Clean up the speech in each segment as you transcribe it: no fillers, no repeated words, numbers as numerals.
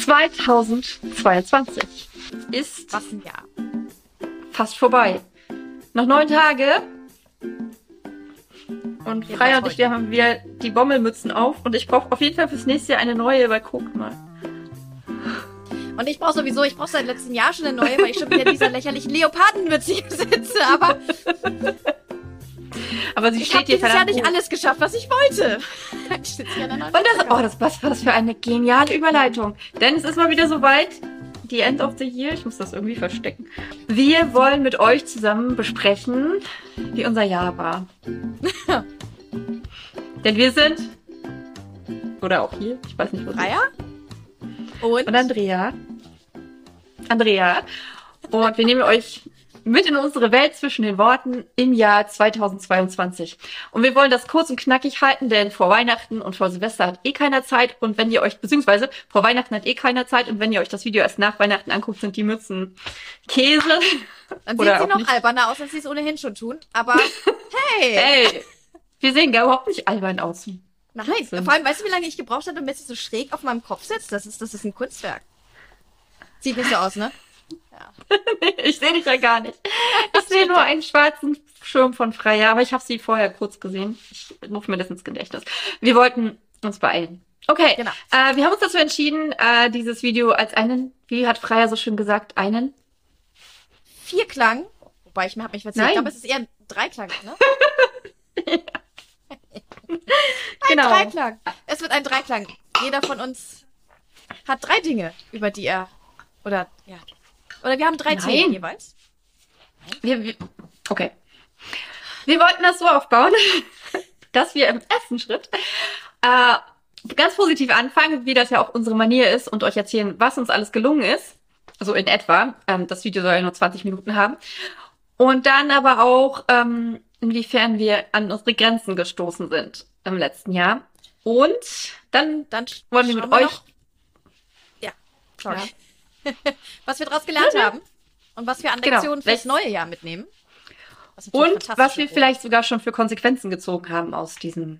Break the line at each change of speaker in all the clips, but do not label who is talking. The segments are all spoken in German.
2022 ist
Was ein Jahr.
fast vorbei. Noch 9 Tage. Und Freya und ich, wir haben wieder die Bommelmützen auf. Und ich brauche auf jeden Fall fürs nächste Jahr eine neue, weil guck mal.
Und ich brauche seit letztem Jahr schon eine neue, weil ich schon wieder in dieser lächerlichen Leopardenmütze hier sitze. Aber
sie
ich
steht
habe
hier
dieses Jahr nicht alles geschafft, was ich wollte. Ich sitze hier an der neuen
was war das für eine geniale Überleitung. Denn es ist mal wieder soweit. Die End of the Year. Ich muss das irgendwie verstecken. Wir wollen mit euch zusammen besprechen, wie unser Jahr war. Denn wir sind, oder auch hier, ich weiß nicht, wo
Freya
und Andrea. Und wir nehmen euch mit in unsere Welt zwischen den Worten im Jahr 2022. Und wir wollen das kurz und knackig halten, denn vor Weihnachten und vor Silvester hat keiner Zeit. Und wenn ihr euch, beziehungsweise vor Weihnachten hat keiner Zeit. Und wenn ihr euch das Video erst nach Weihnachten anguckt, sind die Mützen Käse.
Dann sehen sie noch alberner aus, als sie es ohnehin schon tun. Aber hey!
Hey, wir sehen gar überhaupt nicht albern aus.
Nein, vor allem, weißt du, wie lange ich gebraucht habe, damit sie so schräg auf meinem Kopf sitzt? Das ist ein Kunstwerk. Sieht nicht so aus, ne? Ja.
Ich sehe dich ja gar nicht. Ich sehe nur einen schwarzen Schirm von Freya, aber ich habe sie vorher kurz gesehen. Ich rufe mir das ins Gedächtnis. Wir wollten uns beeilen. Okay,
genau.
Wir haben uns dazu entschieden, dieses Video als einen, wie hat Freya so schön gesagt, einen
Vierklang, wobei ich habe mich verzählt, ich glaube, es ist eher ein Dreiklang, ne?
Genau.
Dreiklang. Es wird ein Dreiklang. Jeder von uns hat 3 Dinge, über die er, oder wir haben 3 Themen jeweils.
Okay. Wir wollten das so aufbauen, dass wir im ersten Schritt ganz positiv anfangen, wie das ja auch unsere Manier ist, und euch erzählen, was uns alles gelungen ist. So in etwa. Das Video soll ja nur 20 Minuten haben. Und dann aber auch, inwiefern wir an unsere Grenzen gestoßen sind im letzten Jahr. Und dann wollen wir mit euch...
was wir daraus gelernt haben und was wir an Lektionen fürs neue Jahr mitnehmen.
Und was wir vielleicht sogar schon für Konsequenzen gezogen haben aus diesen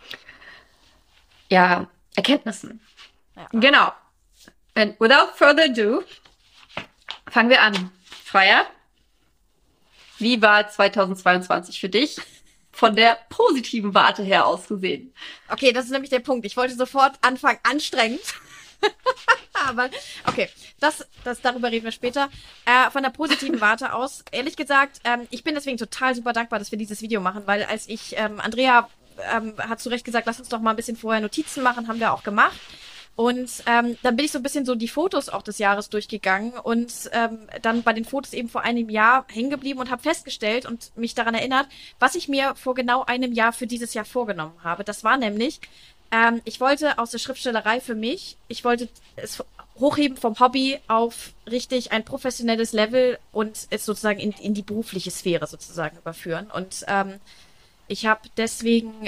Erkenntnissen. Ja. Genau. And without further ado, fangen wir an. Freya, wie war 2022 für dich von der positiven Warte her aus gesehen?
Okay, das ist nämlich der Punkt. Ich wollte sofort anfangen, anstrengend. Aber okay, darüber reden wir später. Von der positiven Warte aus, ehrlich gesagt, ich bin deswegen total super dankbar, dass wir dieses Video machen, weil als ich, Andrea hat zu Recht gesagt, lass uns doch mal ein bisschen vorher Notizen machen, haben wir auch gemacht. Und dann bin ich so ein bisschen so die Fotos auch des Jahres durchgegangen und dann bei den Fotos eben vor einem Jahr hängen geblieben und habe festgestellt und mich daran erinnert, was ich mir vor genau einem Jahr für dieses Jahr vorgenommen habe. Das war nämlich, ich wollte aus der Schriftstellerei für mich, ich wollte es hochheben vom Hobby auf richtig ein professionelles Level und es sozusagen in die berufliche Sphäre sozusagen überführen. Und ich habe deswegen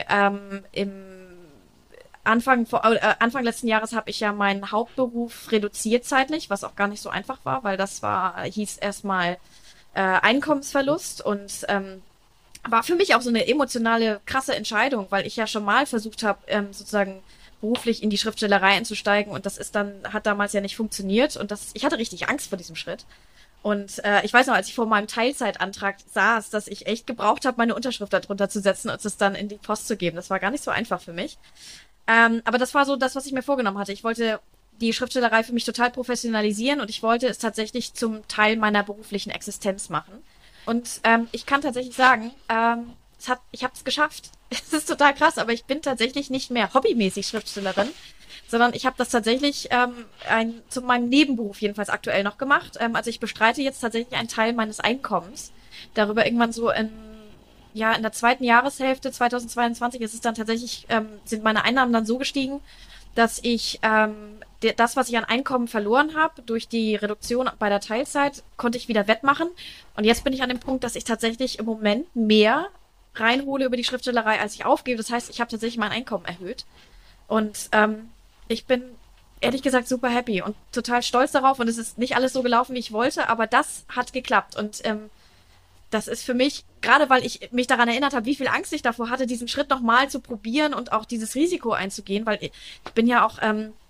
Anfang letzten Jahres habe ich ja meinen Hauptberuf reduziert zeitlich, was auch gar nicht so einfach war, weil hieß erstmal Einkommensverlust und war für mich auch so eine emotionale, krasse Entscheidung, weil ich ja schon mal versucht habe, sozusagen beruflich in die Schriftstellerei einzusteigen und hat damals ja nicht funktioniert und ich hatte richtig Angst vor diesem Schritt. Und ich weiß noch, als ich vor meinem Teilzeitantrag saß, dass ich echt gebraucht habe, meine Unterschrift darunter zu setzen und es dann in die Post zu geben. Das war gar nicht so einfach für mich. Aber das war so das, was ich mir vorgenommen hatte. Ich wollte die Schriftstellerei für mich total professionalisieren und ich wollte es tatsächlich zum Teil meiner beruflichen Existenz machen. Und ich kann tatsächlich sagen, ich habe es geschafft. Es ist total krass, aber ich bin tatsächlich nicht mehr hobbymäßig Schriftstellerin, sondern ich habe das tatsächlich zu meinem Nebenberuf jedenfalls aktuell noch gemacht. Also ich bestreite jetzt tatsächlich einen Teil meines Einkommens. Darüber irgendwann so in der zweiten Jahreshälfte 2022 ist es dann tatsächlich, sind meine Einnahmen dann so gestiegen, dass ich das, was ich an Einkommen verloren habe durch die Reduktion bei der Teilzeit, konnte ich wieder wettmachen. Und jetzt bin ich an dem Punkt, dass ich tatsächlich im Moment mehr reinhole über die Schriftstellerei, als ich aufgebe. Das heißt, ich habe tatsächlich mein Einkommen erhöht. Und ich bin ehrlich gesagt super happy und total stolz darauf. Und es ist nicht alles so gelaufen, wie ich wollte, aber das hat geklappt. Und das ist für mich, gerade weil ich mich daran erinnert habe, wie viel Angst ich davor hatte, diesen Schritt nochmal zu probieren und auch dieses Risiko einzugehen, weil ich bin ja auch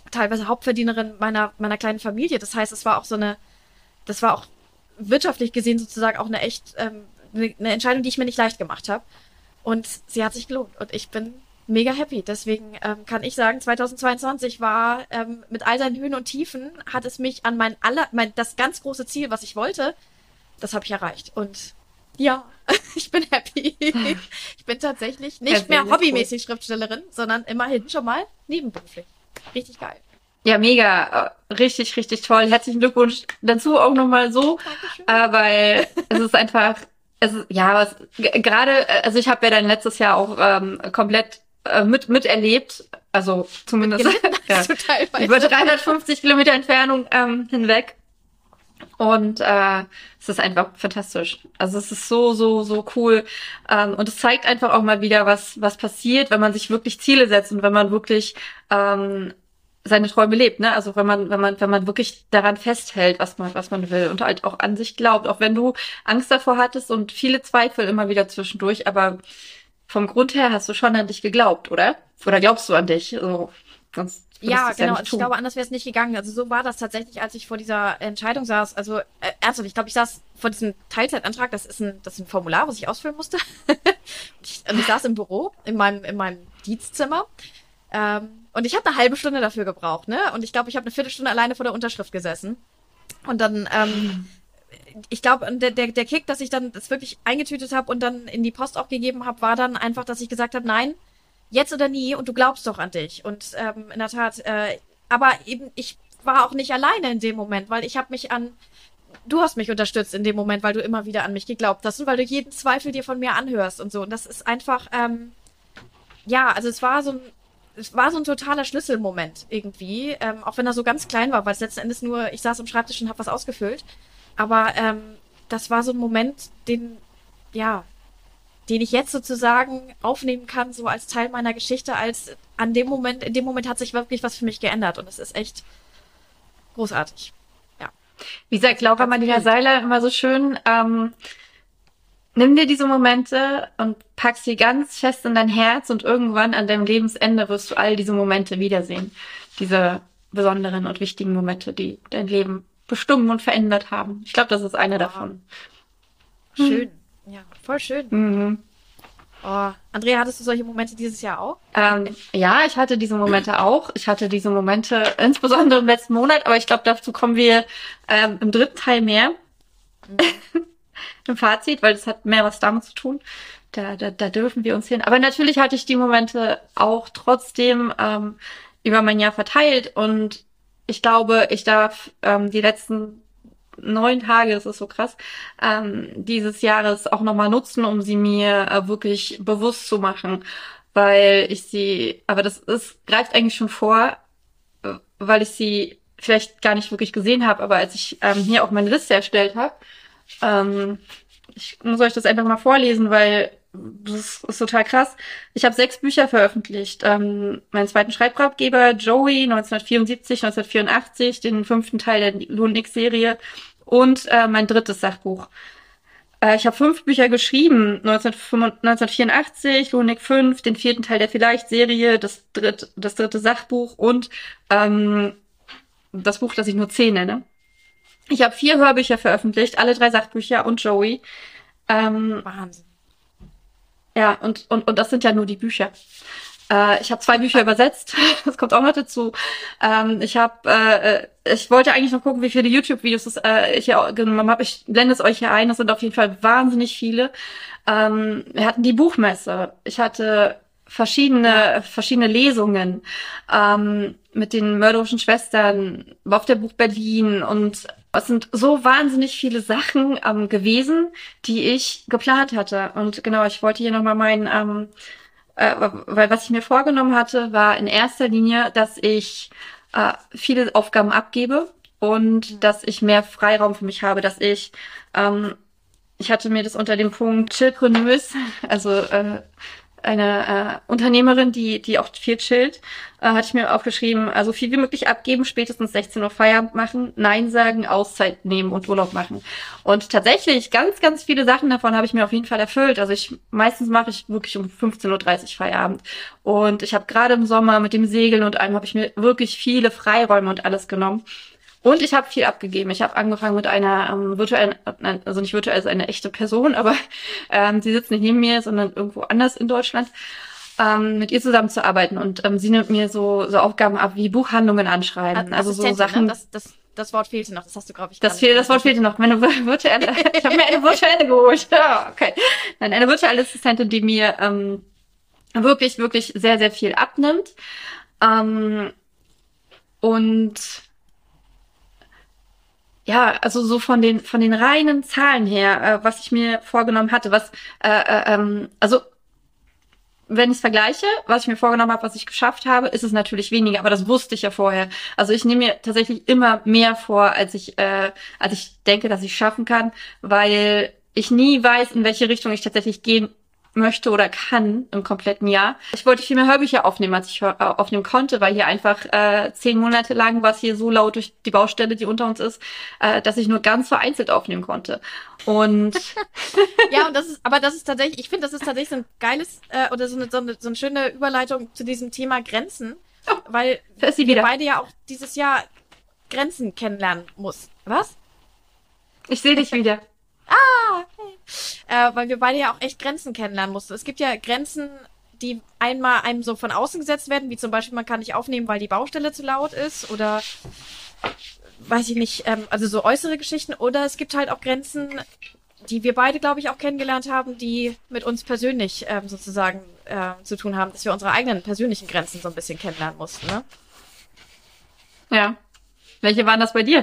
teilweise Hauptverdienerin meiner kleinen Familie. Das heißt, das war auch wirtschaftlich gesehen sozusagen auch eine echt eine Entscheidung, die ich mir nicht leicht gemacht habe. Und sie hat sich gelohnt. Und ich bin mega happy. Deswegen kann ich sagen, 2022 war mit all seinen Höhen und Tiefen, hat es mich an das ganz große Ziel, was ich wollte, das habe ich erreicht. Und ja, ich bin happy. Ich bin tatsächlich nicht mehr hobbymäßig Schriftstellerin, sondern immerhin schon mal nebenberuflich. Richtig geil.
Ja, mega. Richtig, richtig toll. Herzlichen Glückwunsch dazu auch nochmal so. Weil es ist einfach, gerade, also ich habe ja dann letztes Jahr auch komplett miterlebt. Also zumindest über 350 Kilometer Entfernung hinweg. Und es ist einfach fantastisch. Also es ist so cool. Und es zeigt einfach auch mal wieder, was passiert, wenn man sich wirklich Ziele setzt und wenn man wirklich seine Träume lebt, ne? Also wenn man wirklich daran festhält, was man will und halt auch an sich glaubt, auch wenn du Angst davor hattest und viele Zweifel immer wieder zwischendurch, aber vom Grund her hast du schon an dich geglaubt, oder? Oder glaubst du an dich? Also, sonst
ja, genau. Also ich glaube, anders wäre es nicht gegangen. Also so war das tatsächlich, als ich vor dieser Entscheidung saß. Also ernsthaft, ich glaube, ich saß vor diesem Teilzeitantrag. Das ist ein Formular, was ich ausfüllen musste. und ich saß im Büro, in meinem Dienstzimmer. Und ich habe eine halbe Stunde dafür gebraucht, ne? Und ich glaube, ich habe eine Viertelstunde alleine vor der Unterschrift gesessen. Und dann, ich glaube, der Kick, dass ich dann das wirklich eingetütet habe und dann in die Post auch gegeben habe, war dann einfach, dass ich gesagt habe, nein, jetzt oder nie und du glaubst doch an dich. Und in der Tat, aber eben, ich war auch nicht alleine in dem Moment, weil du hast mich unterstützt in dem Moment, weil du immer wieder an mich geglaubt hast und weil du jeden Zweifel dir von mir anhörst und so. Und das ist einfach, also es war so ein totaler Schlüsselmoment irgendwie, auch wenn er so ganz klein war, weil es letzten Endes nur, ich saß am Schreibtisch und habe was ausgefüllt. Aber das war so ein Moment, den ich jetzt sozusagen aufnehmen kann, so als Teil meiner Geschichte, in dem Moment hat sich wirklich was für mich geändert und es ist echt großartig. Ja.
Wie sagt Laura Marlina Seiler immer so schön, nimm dir diese Momente und pack sie ganz fest in dein Herz und irgendwann an deinem Lebensende wirst du all diese Momente wiedersehen. Diese besonderen und wichtigen Momente, die dein Leben bestimmen und verändert haben. Ich glaube, das ist eine davon.
Schön. Ja, voll schön.
Mhm.
Oh, Andrea, hattest du solche Momente dieses Jahr auch?
Ja, ich hatte diese Momente auch. Ich hatte diese Momente insbesondere im letzten Monat, aber ich glaube, dazu kommen wir im dritten Teil mehr. Im Fazit, weil das hat mehr was damit zu tun. Da dürfen wir uns hin. Aber natürlich hatte ich die Momente auch trotzdem über mein Jahr verteilt und ich glaube, ich darf die letzten 9 Tage, das ist so krass, dieses Jahres auch nochmal nutzen, um sie mir wirklich bewusst zu machen, weil aber greift eigentlich schon vor, weil ich sie vielleicht gar nicht wirklich gesehen habe, aber als ich hier auch meine Liste erstellt habe, ich muss euch das einfach mal vorlesen, weil das ist total krass. Ich habe 6 Bücher veröffentlicht. Meinen zweiten Schreibratgeber, Joey, 1974, 1984, den 5. Teil der Lunik-Serie und mein drittes Sachbuch. Ich habe 5 Bücher geschrieben, 1984, Lunik 5, den 4. Teil der Vielleicht-Serie, das dritte Sachbuch und das Buch, das ich nur 10 nenne. Ich habe 4 Hörbücher veröffentlicht, alle 3 Sachbücher und Joey.
Wahnsinn.
Ja, und das sind ja nur die Bücher. Ich habe 2 Bücher übersetzt, das kommt auch noch dazu. Ich wollte eigentlich noch gucken, wie viele YouTube-Videos ich hier genommen habe. Ich blende es euch hier ein, das sind auf jeden Fall wahnsinnig viele. Wir hatten die Buchmesse, ich hatte verschiedene Lesungen mit den mörderischen Schwestern auf der Buch Berlin und es sind so wahnsinnig viele Sachen gewesen, die ich geplant hatte. Und genau, ich wollte hier nochmal weil was ich mir vorgenommen hatte, war in erster Linie, dass ich viele Aufgaben abgebe und dass ich mehr Freiraum für mich habe, dass ich hatte mir das unter dem Punkt Chillpreneurs, also eine Unternehmerin, die auch viel chillt, hatte ich mir aufgeschrieben, also viel wie möglich abgeben, spätestens 16 Uhr Feierabend machen, Nein sagen, Auszeit nehmen und Urlaub machen. Und tatsächlich, ganz, ganz viele Sachen davon habe ich mir auf jeden Fall erfüllt. Also meistens mache ich wirklich um 15:30 Uhr Feierabend. Und ich habe gerade im Sommer mit dem Segeln und allem habe ich mir wirklich viele Freiräume und alles genommen. Und ich habe viel abgegeben. Ich habe angefangen mit einer virtuellen, also nicht virtuell, also eine echte Person, aber sie sitzt nicht neben mir, sondern irgendwo anders in Deutschland, mit ihr zusammenzuarbeiten. Und sie nimmt mir so Aufgaben ab wie Buchhandlungen anschreiben. Also so Sachen.
Ne? Das Wort fehlte noch, das hast du, glaube ich,
das Wort fehlte noch. Meine virtuelle, ich habe mir eine virtuelle geholt. Ja, okay. Nein, eine virtuelle Assistentin, die mir wirklich, wirklich sehr, sehr viel abnimmt. Und ja, also so von den reinen Zahlen her, was ich mir vorgenommen hatte, also wenn ich es vergleiche, was ich mir vorgenommen habe, was ich geschafft habe, ist es natürlich weniger, aber das wusste ich ja vorher. Also ich nehme mir tatsächlich immer mehr vor, als ich denke, dass ich schaffen kann, weil ich nie weiß, in welche Richtung ich tatsächlich gehen möchte oder kann im kompletten Jahr. Ich wollte viel mehr Hörbücher aufnehmen, als ich aufnehmen konnte, weil hier einfach 10 Monate lang war es hier so laut durch die Baustelle, die unter uns ist, dass ich nur ganz vereinzelt aufnehmen konnte. Und
ja, und das ist tatsächlich, ich finde, das ist tatsächlich so ein geiles oder so eine schöne Überleitung zu diesem Thema Grenzen, weil wir beide ja auch dieses Jahr Grenzen kennenlernen muss. Was?
Ich sehe dich wieder.
Okay. Weil wir beide ja auch echt Grenzen kennenlernen mussten. Es gibt ja Grenzen, die einmal einem so von außen gesetzt werden, wie zum Beispiel, man kann nicht aufnehmen, weil die Baustelle zu laut ist oder weiß ich nicht, also so äußere Geschichten. Oder es gibt halt auch Grenzen, die wir beide, glaube ich, auch kennengelernt haben, die mit uns persönlich sozusagen zu tun haben, dass wir unsere eigenen persönlichen Grenzen so ein bisschen kennenlernen mussten, ne?
Ja. Welche waren das bei dir?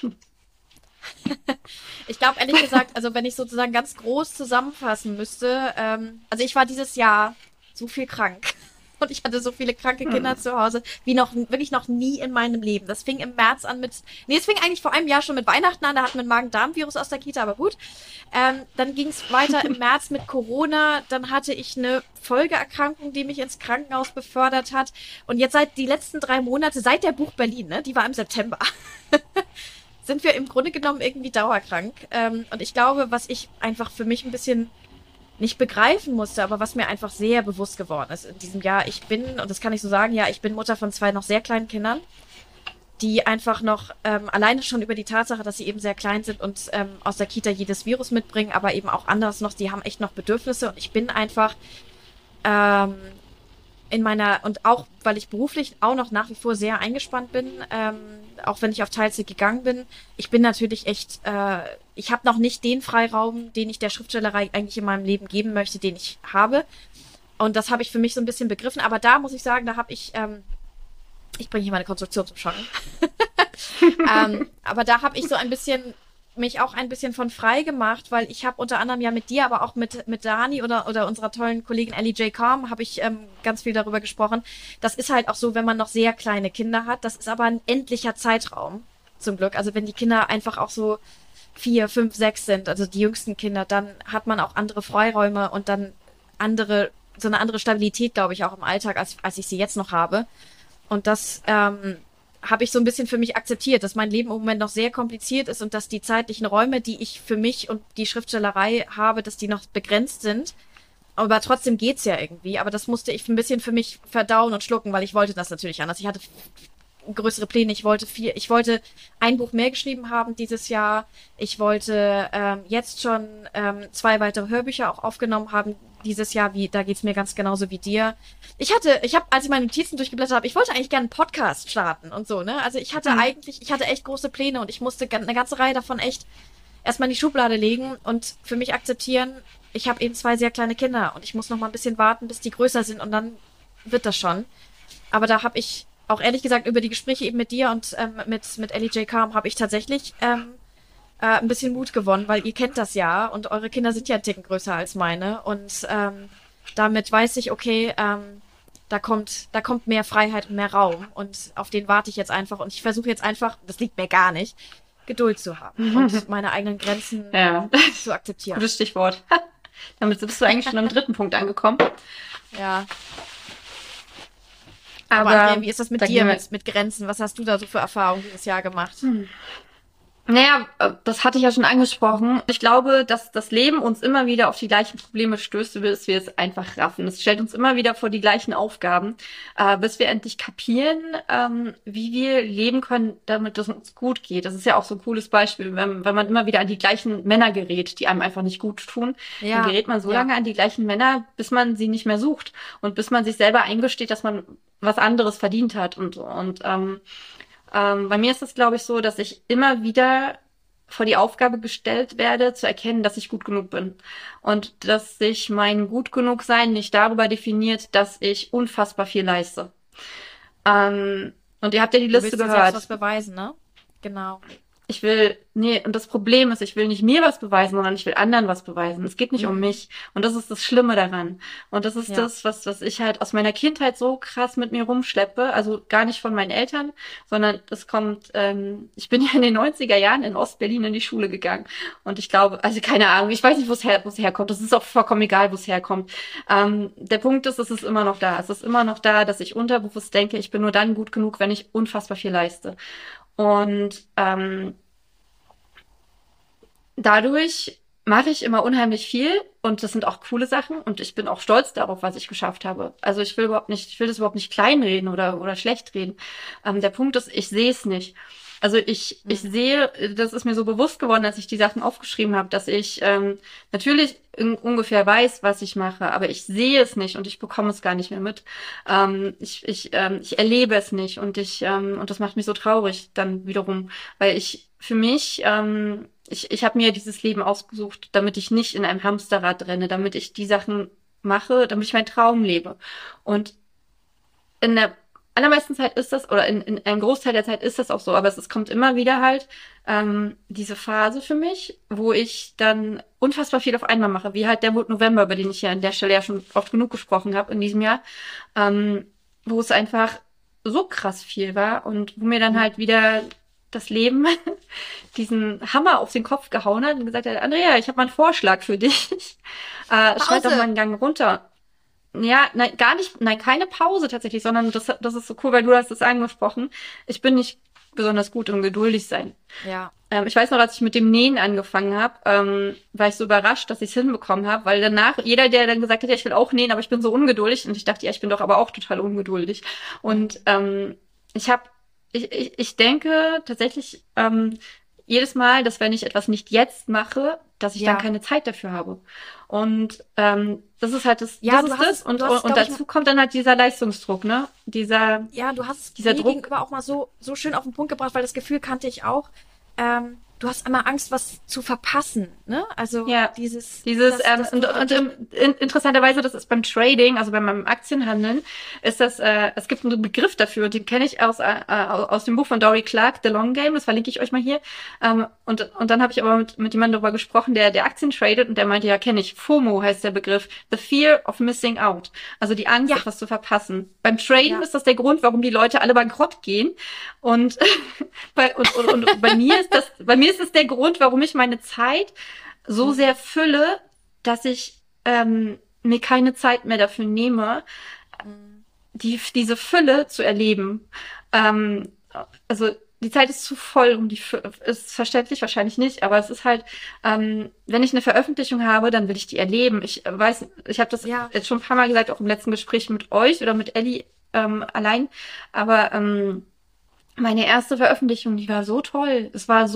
Ich glaube, ehrlich gesagt, also wenn ich sozusagen ganz groß zusammenfassen müsste, also ich war dieses Jahr so viel krank und ich hatte so viele kranke Kinder zu Hause, wie wirklich noch nie in meinem Leben. Das fing im März an es fing eigentlich vor einem Jahr schon mit Weihnachten an, da hatten wir ein Magen-Darm-Virus aus der Kita, aber gut. Dann ging es weiter im März mit Corona, dann hatte ich eine Folgeerkrankung, die mich ins Krankenhaus befördert hat und jetzt seit die letzten 3 Monate, seit der Buch Berlin, ne, die war im September, sind wir im Grunde genommen irgendwie dauerkrank. Und ich glaube, was ich einfach für mich ein bisschen nicht begreifen musste, aber was mir einfach sehr bewusst geworden ist in diesem Jahr, und das kann ich so sagen, ja, ich bin Mutter von 2 noch sehr kleinen Kindern, die einfach noch alleine schon über die Tatsache, dass sie eben sehr klein sind und aus der Kita jedes Virus mitbringen, aber eben auch anderes noch, die haben echt noch Bedürfnisse und ich bin einfach und auch, weil ich beruflich auch noch nach wie vor sehr eingespannt bin, auch wenn ich auf Teilzeit gegangen bin, ich bin natürlich echt, ich habe noch nicht den Freiraum, den ich der Schriftstellerei eigentlich in meinem Leben geben möchte, den ich habe. Und das habe ich für mich so ein bisschen begriffen. Aber da muss ich sagen, da habe ich bringe hier meine Konstruktion zum Schocken. Aber da habe ich so ein bisschen mich auch ein bisschen von frei gemacht, weil ich habe unter anderem ja mit dir, aber auch mit Dani oder unserer tollen Kollegin Ellie J. Calm habe ich ganz viel darüber gesprochen. Das ist halt auch so, wenn man noch sehr kleine Kinder hat. Das ist aber ein endlicher Zeitraum, zum Glück. Also wenn die Kinder einfach auch so 4, 5, 6 sind, also die jüngsten Kinder, dann hat man auch andere Freiräume und dann so eine andere Stabilität, glaube ich, auch im Alltag, als ich sie jetzt noch habe. Und das habe ich so ein bisschen für mich akzeptiert, dass mein Leben im Moment noch sehr kompliziert ist und dass die zeitlichen Räume, die ich für mich und die Schriftstellerei habe, dass die noch begrenzt sind. Aber trotzdem geht's ja irgendwie. Aber das musste ich ein bisschen für mich verdauen und schlucken, weil ich wollte das natürlich anders. Ich hatte größere Pläne. Ich wollte ein Buch mehr geschrieben haben dieses Jahr. Ich wollte jetzt schon 2 weitere Hörbücher auch aufgenommen haben dieses Jahr. Da geht's mir ganz genauso wie dir. Als ich meine Notizen durchgeblättert habe, ich wollte eigentlich gerne einen Podcast starten und so, ne? Also ich hatte echt große Pläne und ich musste eine ganze Reihe davon echt erstmal in die Schublade legen und für mich akzeptieren, ich habe eben 2 sehr kleine Kinder und ich muss noch mal ein bisschen warten, bis die größer sind und dann wird das schon. Aber da habe ich auch ehrlich gesagt über die Gespräche eben mit dir und mit Ellie J. Calm habe ich tatsächlich ein bisschen Mut gewonnen, weil ihr kennt das ja und eure Kinder sind ja einen Ticken größer als meine und damit weiß ich, okay, da kommt mehr Freiheit und mehr Raum und auf den warte ich jetzt einfach und ich versuche jetzt einfach, das liegt mir gar nicht, Geduld zu haben und meine eigenen Grenzen zu akzeptieren.
Gutes Stichwort. Damit bist du eigentlich schon am 3. Punkt angekommen.
Ja. Aber
Aber
Andrea, wie ist das mit
da
dir,
gehen wir.
mit Grenzen? Was hast du da so für Erfahrungen dieses Jahr gemacht?
Naja, das hatte ich ja schon angesprochen. Ich glaube, dass das Leben uns immer wieder auf die gleichen Probleme stößt, bis wir es einfach raffen. Es stellt uns immer wieder vor die gleichen Aufgaben, bis wir endlich kapieren, wie wir leben können, damit es uns gut geht. Das ist ja auch so ein cooles Beispiel, wenn man immer wieder an die gleichen Männer gerät, die einem einfach nicht gut tun, dann
Ja,
gerät man so
ja.
lange an die gleichen Männer, bis man sie nicht mehr sucht und bis man sich selber eingesteht, dass man was anderes verdient hat bei mir ist es, glaube ich, so, dass ich immer wieder vor die Aufgabe gestellt werde, zu erkennen, dass ich gut genug bin. Und dass sich mein gut genug sein nicht darüber definiert, dass ich unfassbar viel leiste. Und ihr habt ja die
Du
Liste
willst dir selbst was
gehört.
beweisen, ne? Genau.
Nee, und das Problem ist, ich will nicht mir was beweisen, sondern ich will anderen was beweisen. Es geht nicht um
Mhm.
mich. Und das ist das Schlimme daran. Und das ist
Ja.
das, was ich halt aus meiner Kindheit so krass mit mir rumschleppe. Also gar nicht von meinen Eltern, sondern das kommt, ich bin ja in den 90er Jahren in Ostberlin in die Schule gegangen. Und ich glaube, also keine Ahnung, ich weiß nicht, wo es herkommt. Das ist auch vollkommen egal, wo es herkommt. Der Punkt ist, es ist immer noch da. Es ist immer noch da, dass ich unterbewusst denke, ich bin nur dann gut genug, wenn ich unfassbar viel leiste. Und dadurch mache ich immer unheimlich viel und das sind auch coole Sachen und ich bin auch stolz darauf, was ich geschafft habe. Also ich will das überhaupt nicht kleinreden oder schlecht reden. Der Punkt ist, ich sehe es nicht. Also ich
Mhm.
sehe, das ist mir so bewusst geworden, als ich die Sachen aufgeschrieben habe, dass ich natürlich ungefähr weiß, was ich mache, aber ich sehe es nicht und ich bekomme es gar nicht mehr mit. Ich erlebe es nicht und das macht mich so traurig dann wiederum, weil ich für mich ich habe mir dieses Leben ausgesucht, damit ich nicht in einem Hamsterrad renne, damit ich die Sachen mache, damit ich meinen Traum lebe. Und in der allermeisten Zeit ist das, oder in einem Großteil der Zeit ist das auch so, aber es kommt immer wieder halt diese Phase für mich, wo ich dann unfassbar viel auf einmal mache, wie halt der November, über den ich ja an der Stelle ja schon oft genug gesprochen habe in diesem Jahr, ähm, wo es einfach so krass viel war und wo mir dann
Mhm.
halt wieder das Leben diesen Hammer auf den Kopf gehauen hat und gesagt hat, Andrea, ich habe mal einen Vorschlag für dich. Schalt doch mal
Pause!
einen Gang runter. Ja, nein, gar nicht, nein, keine Pause tatsächlich, sondern das ist so cool, weil du hast es angesprochen. Ich bin nicht besonders gut im geduldig sein.
Ja.
Ich weiß noch, als ich mit dem Nähen angefangen habe, war ich so überrascht, dass ich es hinbekommen habe, weil danach jeder, der dann gesagt hat, ja, ich will auch nähen, aber ich bin so ungeduldig und ich dachte, ja, ich bin doch aber auch total ungeduldig. Und
Mhm.
ich habe, ich denke tatsächlich jedes Mal, dass wenn ich etwas nicht jetzt mache, dass ich dann
Ja.
keine Zeit dafür habe. Und das ist halt
Ja,
das
du hast es,
und
glaube ich,
dazu kommt dann halt dieser Leistungsdruck, ne?
ja, du hast es
Dieser
mir
Druck.
gegenüber auch mal so schön auf den Punkt gebracht, weil das Gefühl kannte ich auch. Du hast immer Angst, was zu verpassen, ne? Also
Ja,
dass du wirklich,
interessanterweise, das ist beim Trading, also beim Aktienhandeln, ist es gibt einen Begriff dafür, den kenne ich aus dem Buch von Dory Clark, The Long Game, das verlinke ich euch mal hier. Und dann habe ich aber mit jemandem darüber gesprochen, der Aktien tradet und der meinte, ja, kenne ich. FOMO heißt der Begriff, The Fear of Missing Out, also die Angst,
ja,
etwas zu verpassen. Beim Traden
ja,
ist das der Grund, warum die Leute alle bankrott gehen und und bei mir ist es der Grund, warum ich meine Zeit so
mhm.
sehr fülle, dass ich mir keine Zeit mehr dafür nehme,
Mhm.
diese Fülle zu erleben. Ähm, also die Zeit ist zu voll, um die Fülle, ist verständlich wahrscheinlich nicht, aber es ist halt, wenn ich eine Veröffentlichung habe, dann will ich die erleben. Ich weiß, ich habe das
Ja,
jetzt schon ein paar Mal gesagt, auch im letzten Gespräch mit euch oder mit Ellie allein, aber meine erste Veröffentlichung, die war so toll.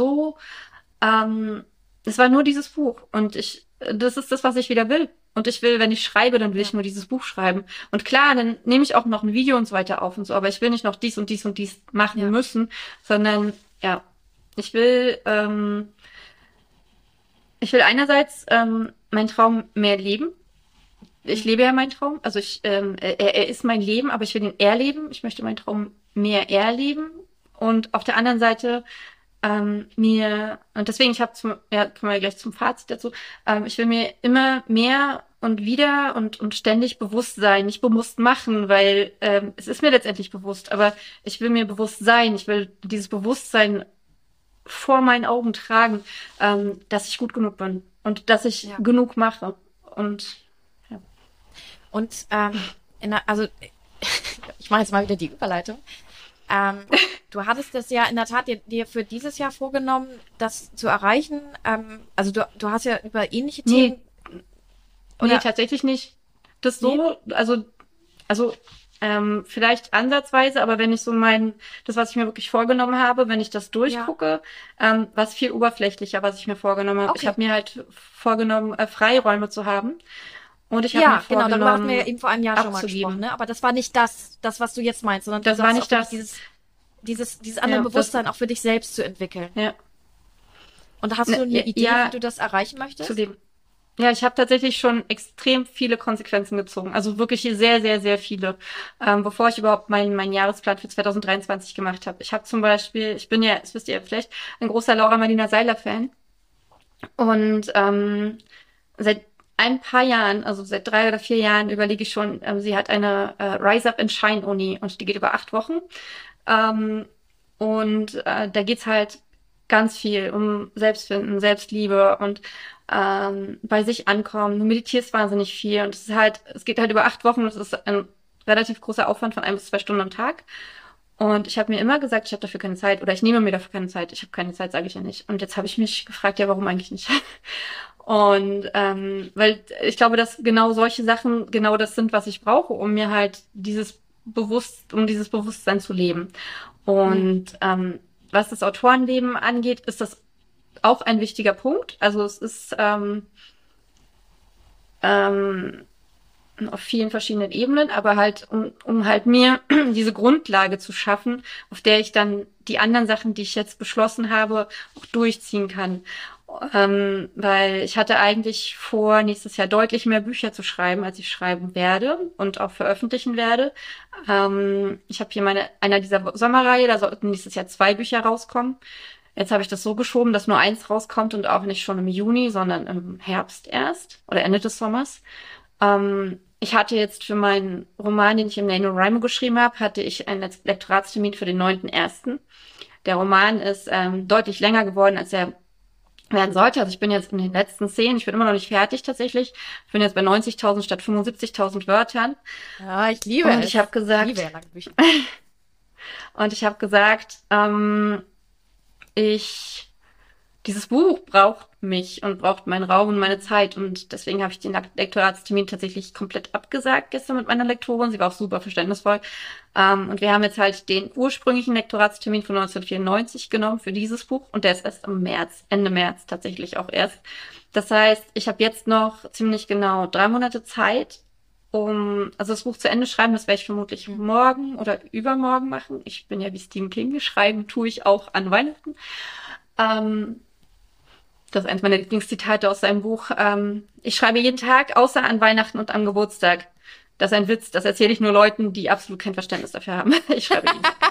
Ähm, es war nur dieses Buch und das ist das, was ich wieder will. Und ich will, wenn ich schreibe, dann will ich
ja,
nur dieses Buch schreiben. Und klar, dann nehme ich auch noch ein Video und so weiter auf und so, aber ich will nicht noch dies und dies und dies machen
ja.
müssen, sondern ja, ich will, ähm, ich will einerseits meinen Traum mehr leben. Ich
Mhm.
lebe ja meinen Traum, also er ist mein Leben, aber ich will ihn erleben. Ich möchte meinen Traum mehr erleben. Und auf der anderen Seite und deswegen, ja, kommen wir gleich zum Fazit dazu, ich will mir immer mehr und wieder und ständig bewusst sein, nicht bewusst machen, weil es ist mir letztendlich bewusst, aber ich will mir bewusst sein, ich will dieses Bewusstsein vor meinen Augen tragen, dass ich gut genug bin und dass ich
Ja.
genug mache. Und ja.
Und Also ich mache jetzt mal wieder die Überleitung. Ähm, Du hattest das ja in der Tat dir für dieses Jahr vorgenommen, das zu erreichen. Also du hast ja über ähnliche
Nee,
Themen
nee,
oder
tatsächlich nicht. Das
nee?
so, also vielleicht ansatzweise, aber wenn ich so das, was ich mir wirklich vorgenommen habe, wenn ich das
Ja,
durchgucke, war es viel oberflächlicher, was ich mir vorgenommen habe. Ich
okay.
habe mir halt vorgenommen, Freiräume zu haben und ich habe mir
Ja, genau, darüber hatten wir ja
vorgenommen,
eben vor einem Jahr schon mal gesprochen,
abzugeben.
ne? Aber das war nicht das, was du jetzt meinst, sondern du
Das war
sagst auch
nicht
wirklich
das,
dieses andere
ja, das,
Bewusstsein auch für dich selbst zu entwickeln.
ja,
Und hast
ne,
du eine Idee, wie
ja,
du das erreichen
zu
möchtest?
dem. Ja, ich habe tatsächlich schon extrem viele Konsequenzen gezogen. Also wirklich sehr, sehr, sehr viele. Bevor ich überhaupt meinen Jahresplan für 2023 gemacht habe. Ich habe zum Beispiel, ich bin ja, das wisst ihr ja vielleicht, ein großer Laura Marlina Seiler-Fan. Und seit ein paar Jahren, also seit 3 oder 4 Jahren, überlege ich schon, sie hat eine Rise Up and Shine Uni und die geht über 8 Wochen. Ähm, und da geht's halt ganz viel um Selbstfinden, Selbstliebe und bei sich ankommen. Du meditierst wahnsinnig viel und es geht halt über 8 Wochen. Das ist ein relativ großer Aufwand von 1 bis 2 Stunden am Tag. Und ich habe mir immer gesagt, ich habe dafür keine Zeit oder ich nehme mir dafür keine Zeit. Ich habe keine Zeit, sage ich ja nicht. Und jetzt habe ich mich gefragt, ja, warum eigentlich nicht? Und weil ich glaube, dass genau solche Sachen genau das sind, was ich brauche, um mir halt dieses Bewusstsein zu leben.
Hm.
Und was das Autorenleben angeht, ist das auch ein wichtiger Punkt. Also es ist ähm, auf vielen verschiedenen Ebenen, aber halt, um halt mir diese Grundlage zu schaffen, auf der ich dann die anderen Sachen, die ich jetzt beschlossen habe, auch durchziehen kann. Weil ich hatte eigentlich vor, nächstes Jahr deutlich mehr Bücher zu schreiben, als ich schreiben werde und auch veröffentlichen werde. Ich habe hier einer dieser Sommerreihe, da sollten nächstes Jahr 2 Bücher rauskommen. Jetzt habe ich das so geschoben, dass nur eins rauskommt und auch nicht schon im Juni, sondern im Herbst erst oder Ende des Sommers. Ich hatte jetzt für meinen Roman, den ich im NaNoWriMo geschrieben habe, hatte ich einen Lektoratstermin für den 9.1. Der Roman ist deutlich länger geworden, als er werden sollte. Also ich bin jetzt in den letzten Szenen, ich bin immer noch nicht fertig tatsächlich. Ich bin jetzt bei 90.000 statt 75.000 Wörtern.
Ja, ich liebe
Und ich habe
es. Ich liebe ja
gesagt,
lange Bücher.
und ich habe gesagt, ich dieses Buch braucht mich und braucht meinen Raum und meine Zeit. Und deswegen habe ich den Lektoratstermin tatsächlich komplett abgesagt gestern mit meiner Lektorin. Sie war auch super verständnisvoll. Und wir haben jetzt halt den ursprünglichen Lektoratstermin von 1994 genommen für dieses Buch. Und der ist erst im März, Ende März tatsächlich auch erst. Das heißt, ich habe jetzt noch ziemlich genau 3 Monate Zeit, also das Buch zu Ende schreiben. Das werde ich vermutlich
Hm.
morgen oder übermorgen machen. Ich bin ja wie Stephen King, schreiben tue ich auch an Weihnachten. Ähm, Das ist eins meiner Lieblingszitate aus seinem Buch. Ich schreibe jeden Tag, außer an Weihnachten und am Geburtstag. Das ist ein Witz, das erzähle ich nur Leuten, die absolut kein Verständnis dafür haben. Ich schreibe jeden Tag.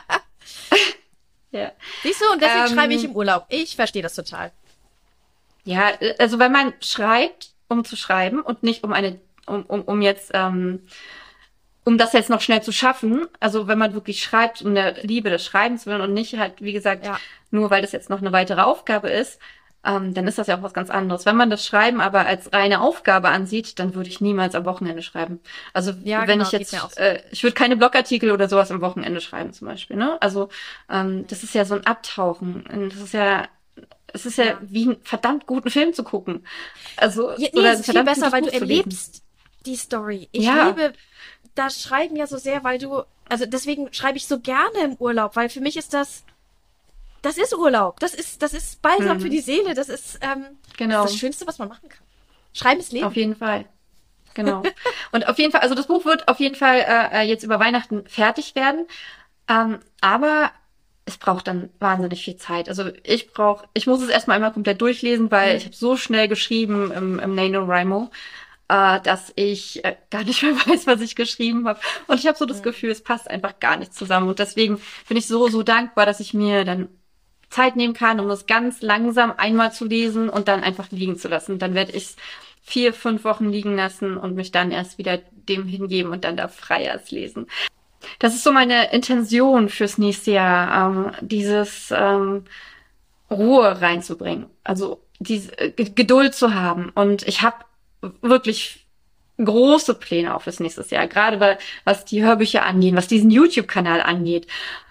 Ja.
Siehst du, und deswegen schreibe ich
Ähm,
im Urlaub. Ich verstehe das total.
ja, also wenn man schreibt, um zu schreiben und nicht um jetzt, um das jetzt noch schnell zu schaffen, also wenn man wirklich schreibt um der Liebe des Schreibens willen und nicht halt, wie gesagt,
Ja.
nur weil das jetzt noch eine weitere Aufgabe ist, dann ist das ja auch was ganz anderes. Wenn man das Schreiben aber als reine Aufgabe ansieht, dann würde ich niemals am Wochenende schreiben. Also
Ja,
wenn
genau,
ich
geht mir auch
jetzt,
so.
ich würde keine Blogartikel oder sowas am Wochenende schreiben zum Beispiel, ne? Also das ist ja so ein Abtauchen. Und es ist ja
Ja.
wie einen verdammt guten Film zu gucken. Also,
Ja, nee,
oder
es
ein
ist viel
verdammt
besser,
gutes
weil du
Buch zu lesen.
erlebst die Story. Ich
Ja,
liebe das Schreiben ja so sehr, also deswegen schreibe ich so gerne im Urlaub, weil für mich ist das ist Urlaub. Das ist Balsam für
mhm,
die Seele. Das ist das
genau.
Schönste, was man machen kann. Schreiben ist
Auf
Leben.
jeden Fall. Genau. Und auf jeden Fall, also das Buch wird auf jeden Fall jetzt über Weihnachten fertig werden. Aber es braucht dann wahnsinnig viel Zeit. Also ich muss es erstmal einmal komplett durchlesen, weil ich
Hm.
habe so schnell geschrieben im NaNoWriMo, dass ich gar nicht mehr weiß, was ich geschrieben habe. Und ich habe so das
Hm.
Gefühl, es passt einfach gar nicht zusammen. Und deswegen bin ich so, so dankbar, dass ich mir dann Zeit nehmen kann, um das ganz langsam einmal zu lesen und dann einfach liegen zu lassen. Dann werde ich es 4, 5 Wochen liegen lassen und mich dann erst wieder dem hingeben und dann da frei erst lesen. Das ist so meine Intention fürs nächste Jahr, dieses Ruhe reinzubringen. Also diese Geduld zu haben. Und ich habe wirklich große Pläne auch fürs nächste Jahr, gerade was die Hörbücher angeht, was diesen YouTube-Kanal angeht,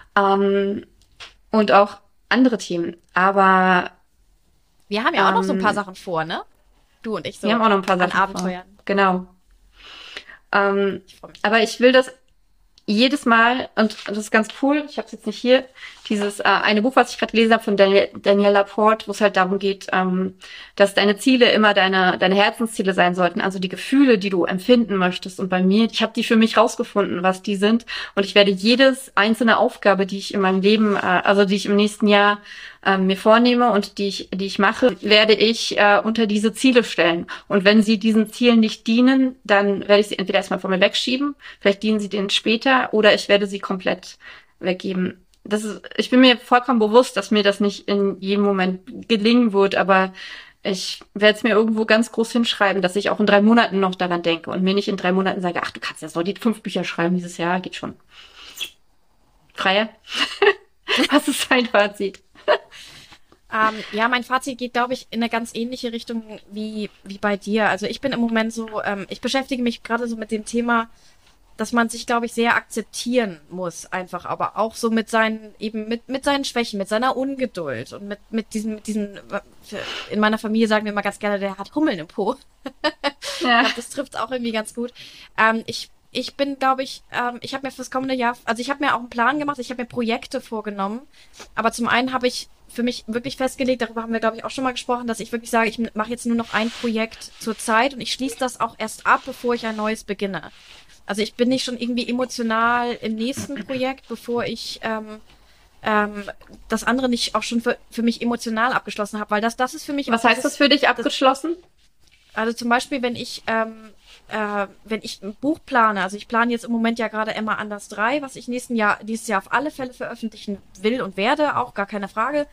und auch andere Themen. Aber
Wir haben ja auch noch so ein paar Sachen vor, ne? Du und ich so
wir haben auch noch ein paar
an
Sachen vor.
Abenteuern.
Genau.
Ich freue mich.
Aber ich will das jedes Mal, und das ist ganz cool, ich habe es jetzt nicht hier, dieses eine Buch, was ich gerade gelesen habe von Danielle Laporte, wo es halt darum geht, dass deine Ziele immer deine Herzensziele sein sollten, also die Gefühle, die du empfinden möchtest. Und bei mir, ich habe die für mich rausgefunden, was die sind. Und ich werde jedes einzelne Aufgabe, die ich in meinem Leben, also die ich im nächsten Jahr mir vornehme und die ich mache, werde ich unter diese Ziele stellen. Und wenn sie diesen Zielen nicht dienen, dann werde ich sie entweder erstmal von mir wegschieben, vielleicht dienen sie denen später, oder ich werde sie komplett weggeben. Ich bin mir vollkommen bewusst, dass mir das nicht in jedem Moment gelingen wird, aber ich werde es mir irgendwo ganz groß hinschreiben, dass ich auch in 3 Monaten noch daran denke und mir nicht in 3 Monaten sage, ach, du kannst ja so die 5 Bücher schreiben dieses Jahr, geht schon. Freie? Was ist dein Fazit?
Ja, mein Fazit geht, glaube ich, in eine ganz ähnliche Richtung wie bei dir. Also ich bin im Moment so, ich beschäftige mich gerade so mit dem Thema, dass man sich, glaube ich, sehr akzeptieren muss, einfach, aber auch so mit seinen, eben mit seinen Schwächen, mit seiner Ungeduld und mit diesem, in meiner Familie sagen wir immer ganz gerne, der hat Hummeln im Po. Ich
Ja.
glaube, das trifft auch irgendwie ganz gut. Ich bin, glaube ich, ich habe mir fürs kommende Jahr, also ich habe mir auch einen Plan gemacht, ich habe mir Projekte vorgenommen, aber zum einen habe ich für mich wirklich festgelegt, darüber haben wir, glaube ich, auch schon mal gesprochen, dass ich wirklich sage, ich mache jetzt nur noch ein Projekt zur Zeit und ich schließe das auch erst ab, bevor ich ein neues beginne. Also ich bin nicht schon irgendwie emotional im nächsten Projekt, bevor ich das andere nicht auch schon für mich emotional abgeschlossen habe, weil das ist für mich
Was
auch
heißt das für dich abgeschlossen?
also zum Beispiel, wenn ich ein Buch plane, also ich plane jetzt im Moment ja gerade Emma Anders 3, was ich dieses Jahr auf alle Fälle veröffentlichen will und werde, auch gar keine Frage.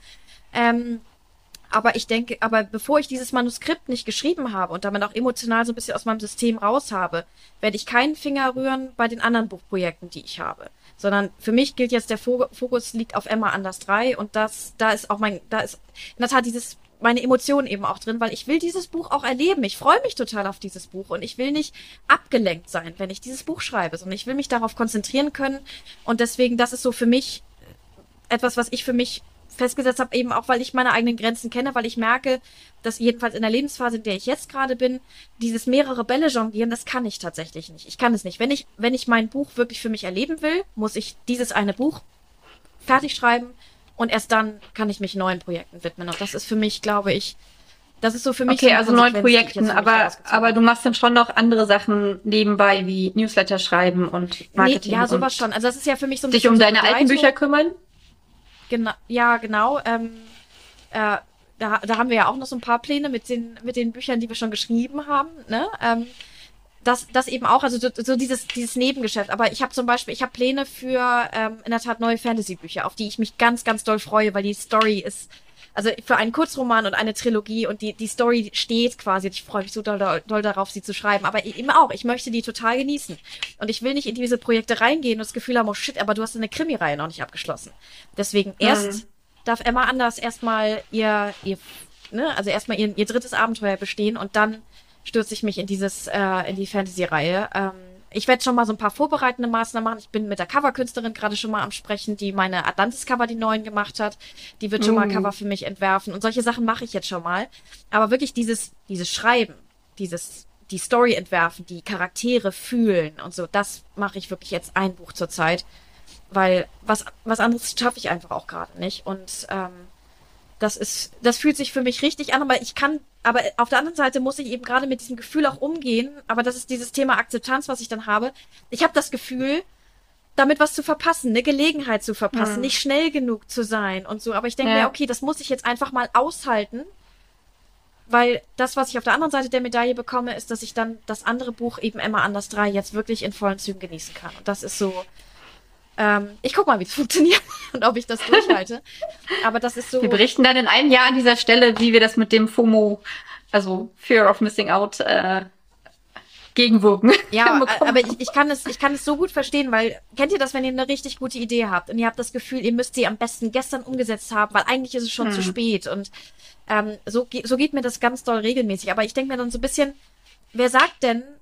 Aber bevor ich dieses Manuskript nicht geschrieben habe und damit auch emotional so ein bisschen aus meinem System raus habe, werde ich keinen Finger rühren bei den anderen Buchprojekten, die ich habe. Sondern für mich gilt jetzt, der Fokus liegt auf Emma Anders 3 und da ist in der Tat meine Emotionen eben auch drin, weil ich will dieses Buch auch erleben. Ich freue mich total auf dieses Buch und ich will nicht abgelenkt sein, wenn ich dieses Buch schreibe, sondern ich will mich darauf konzentrieren können und deswegen, das ist so für mich etwas, was ich für mich festgesetzt habe, eben auch, weil ich meine eigenen Grenzen kenne, weil ich merke, dass jedenfalls in der Lebensphase, in der ich jetzt gerade bin, dieses mehrere Bälle jonglieren, das kann ich tatsächlich nicht. Ich kann es nicht. Wenn ich mein Buch wirklich für mich erleben will, muss ich dieses eine Buch fertig schreiben und erst dann kann ich mich neuen Projekten widmen. Und das ist für mich, glaube ich, das ist so für mich.
Okay,
so eine
also neuen
Konsequenz, die ich
Projekten,
jetzt für mich herausgezogen
aber
habe.
du machst dann schon noch andere Sachen nebenbei, wie Newsletter schreiben und Marketing
Ja, sowas
und
schon. Also das ist ja für mich so ein
dich
bisschen
um
so
deine alten
Begleitung.
Bücher kümmern?
Genau, ja, genau. Da haben wir ja auch noch so ein paar Pläne mit den Büchern, die wir schon geschrieben haben, ne? Das eben auch, also so dieses Nebengeschäft. Aber ich habe zum Beispiel, ich habe Pläne für in der Tat neue Fantasy-Bücher, auf die ich mich ganz, ganz doll freue, weil die Story ist, also für einen Kurzroman und eine Trilogie und die Story steht quasi. Und ich freue mich so doll darauf, sie zu schreiben. Aber eben auch, ich möchte die total genießen. Und ich will nicht in diese Projekte reingehen und das Gefühl haben, oh shit, aber du hast eine Krimireihe noch nicht abgeschlossen. Deswegen erst darf Emma Anders erstmal ihr drittes Abenteuer bestehen und dann stürze ich mich in die Fantasy-Reihe. Ich werde schon mal so ein paar vorbereitende Maßnahmen machen. Ich bin mit der Coverkünstlerin gerade schon mal am Sprechen, die meine Atlantis-Cover, die neuen gemacht hat. Die wird schon mal Cover für mich entwerfen. Und solche Sachen mache ich jetzt schon mal. Aber wirklich dieses Schreiben, die Story entwerfen, die Charaktere fühlen und so, das mache ich wirklich jetzt ein Buch zur Zeit. Weil was anderes schaffe ich einfach auch gerade nicht. Und das fühlt sich für mich richtig an, aber auf der anderen Seite muss ich eben gerade mit diesem Gefühl auch umgehen, aber das ist dieses Thema Akzeptanz, was ich dann habe. Ich habe das Gefühl, damit was zu verpassen, eine Gelegenheit zu verpassen, nicht schnell genug zu sein und so, aber ich denke mir, okay, das muss ich jetzt einfach mal aushalten, weil das, was ich auf der anderen Seite der Medaille bekomme, ist, dass ich dann das andere Buch, eben Emma Anders 3, jetzt wirklich in vollen Zügen genießen kann. Und das ist so, ich guck mal, wie es funktioniert und ob ich das durchhalte. Aber das ist so.
Wir berichten dann in einem Jahr an dieser Stelle, wie wir das mit dem FOMO, also Fear of Missing Out, gegenwirken.
Ja, aber ich kann es so gut verstehen, weil, kennt ihr das, wenn ihr eine richtig gute Idee habt und ihr habt das Gefühl, ihr müsst sie am besten gestern umgesetzt haben, weil eigentlich ist es schon zu spät und so geht mir das ganz doll regelmäßig. Aber ich denke mir dann so ein bisschen, wer sagt denn,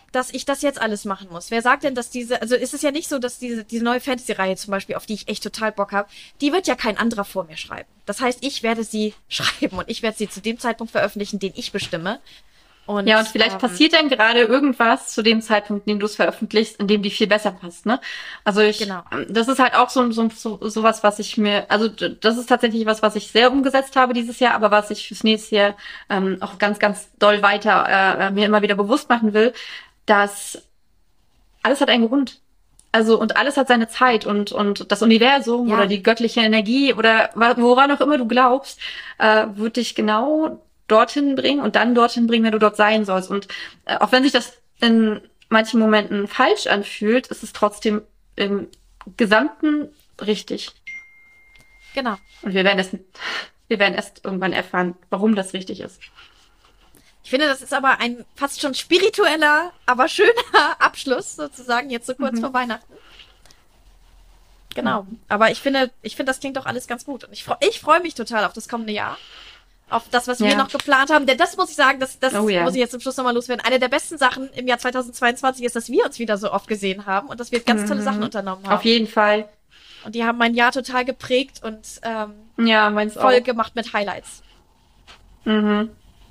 dass ich das jetzt alles machen muss? Wer sagt denn, dass also ist es ja nicht so, dass diese neue Fantasy-Reihe zum Beispiel, auf die ich echt total Bock habe, die wird ja kein anderer vor mir schreiben. Das heißt, ich werde sie schreiben und ich werde sie zu dem Zeitpunkt veröffentlichen, den ich bestimme. Und
vielleicht passiert dann gerade irgendwas zu dem Zeitpunkt, in dem du es veröffentlichst, in dem die viel besser passt, ne? Also
Genau.
das ist halt auch sowas, was ich mir, also das ist tatsächlich was ich sehr umgesetzt habe dieses Jahr, aber was ich fürs nächste Jahr auch ganz, ganz doll weiter mir immer wieder bewusst machen will, dass alles hat einen Grund. Also, und alles hat seine Zeit und das Universum oder die göttliche Energie oder woran auch immer du glaubst, wird dich genau dorthin bringen und dann dorthin bringen, wenn du dort sein sollst. Und auch wenn sich das in manchen Momenten falsch anfühlt, ist es trotzdem im Gesamten richtig.
Genau.
Und wir werden erst irgendwann erfahren, warum das richtig ist.
Ich finde, das ist aber ein fast schon spiritueller, aber schöner Abschluss sozusagen, jetzt so kurz vor Weihnachten. Genau. Aber ich finde, das klingt doch alles ganz gut. Und ich freue mich total auf das kommende Jahr. Auf das, was wir noch geplant haben. Denn das muss ich sagen, das muss ich jetzt zum Schluss nochmal loswerden. Eine der besten Sachen im Jahr 2022 ist, dass wir uns wieder so oft gesehen haben und dass wir ganz tolle Sachen unternommen haben.
Auf jeden Fall.
Und die haben mein Jahr total geprägt und
meins
voll
auch.
gemacht mit Highlights.
Mhm.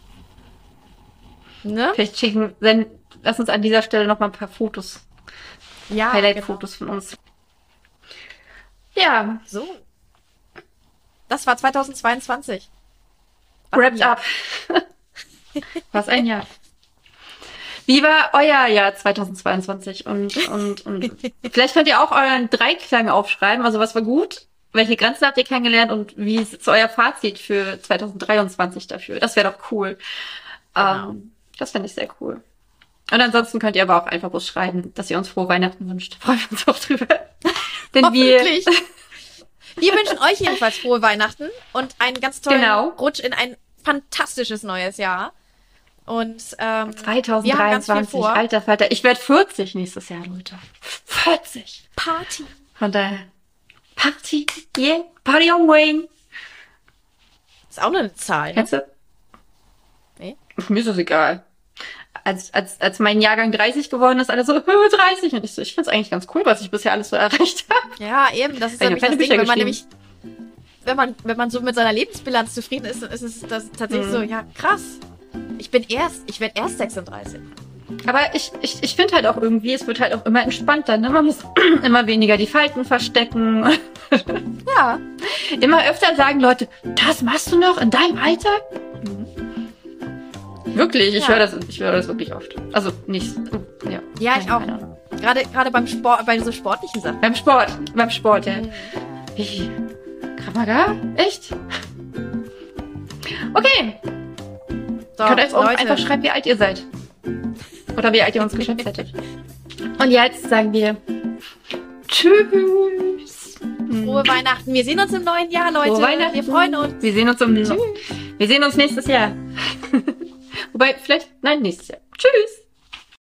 Ne?
Vielleicht lass uns an dieser Stelle noch mal ein paar Fotos, Highlight-Fotos von uns. Ja.
So. Das war 2022.
Wrapped up. Was ein Jahr. Wie war euer Jahr 2022? Und vielleicht könnt ihr auch euren Dreiklang aufschreiben. Also was war gut? Welche Grenzen habt ihr kennengelernt? Und wie ist euer Fazit für 2023 dafür? Das wäre doch cool.
Genau.
Das fände ich sehr cool. Und ansonsten könnt ihr aber auch einfach bloß schreiben, dass ihr uns frohe Weihnachten wünscht. Freuen wir uns auch drüber. Denn wir
wünschen euch jedenfalls frohe Weihnachten und einen ganz tollen Rutsch in ein fantastisches neues Jahr. Und
2023,
wir haben ganz viel vor.
Alter Falter. Ich werde 40 nächstes Jahr, Leute. 40.
Party.
Von daher. Party. Yeah. Party on Wayne.
Ist auch nur eine Zahl, ne?
Kennst du?
Nee.
Mir ist das egal. Als mein Jahrgang 30 geworden ist, alle so 30. Und ich finde es eigentlich ganz cool, was ich bisher alles so erreicht habe.
Ja, eben. Das ist nämlich das Ding, wenn man so mit seiner Lebensbilanz zufrieden ist, dann ist es das tatsächlich so, ja, krass. Ich werde erst 36.
Aber ich finde halt auch irgendwie, es wird halt auch immer entspannter, ne? Man muss immer weniger die Falten verstecken.
Ja.
Immer öfter sagen Leute, das machst du noch in deinem Alter? Wirklich, ich höre das wirklich oft. Also nicht, ja.
Ja, ich auch. Gerade beim Sport, bei so sportlichen Sachen.
Beim Sport, ja. Wie? Kramaga? Echt? Okay.
So,
könnt euch auch
Leute.
einfach schreiben, wie alt ihr seid. Oder wie alt ihr uns geschätzt hättet. Und jetzt sagen wir Tschüss.
Frohe Weihnachten. Wir sehen uns im neuen Jahr, Leute.
Frohe Weihnachten.
Wir freuen uns.
Wir sehen uns nächstes Jahr. Wobei, nächstes Jahr. Tschüss.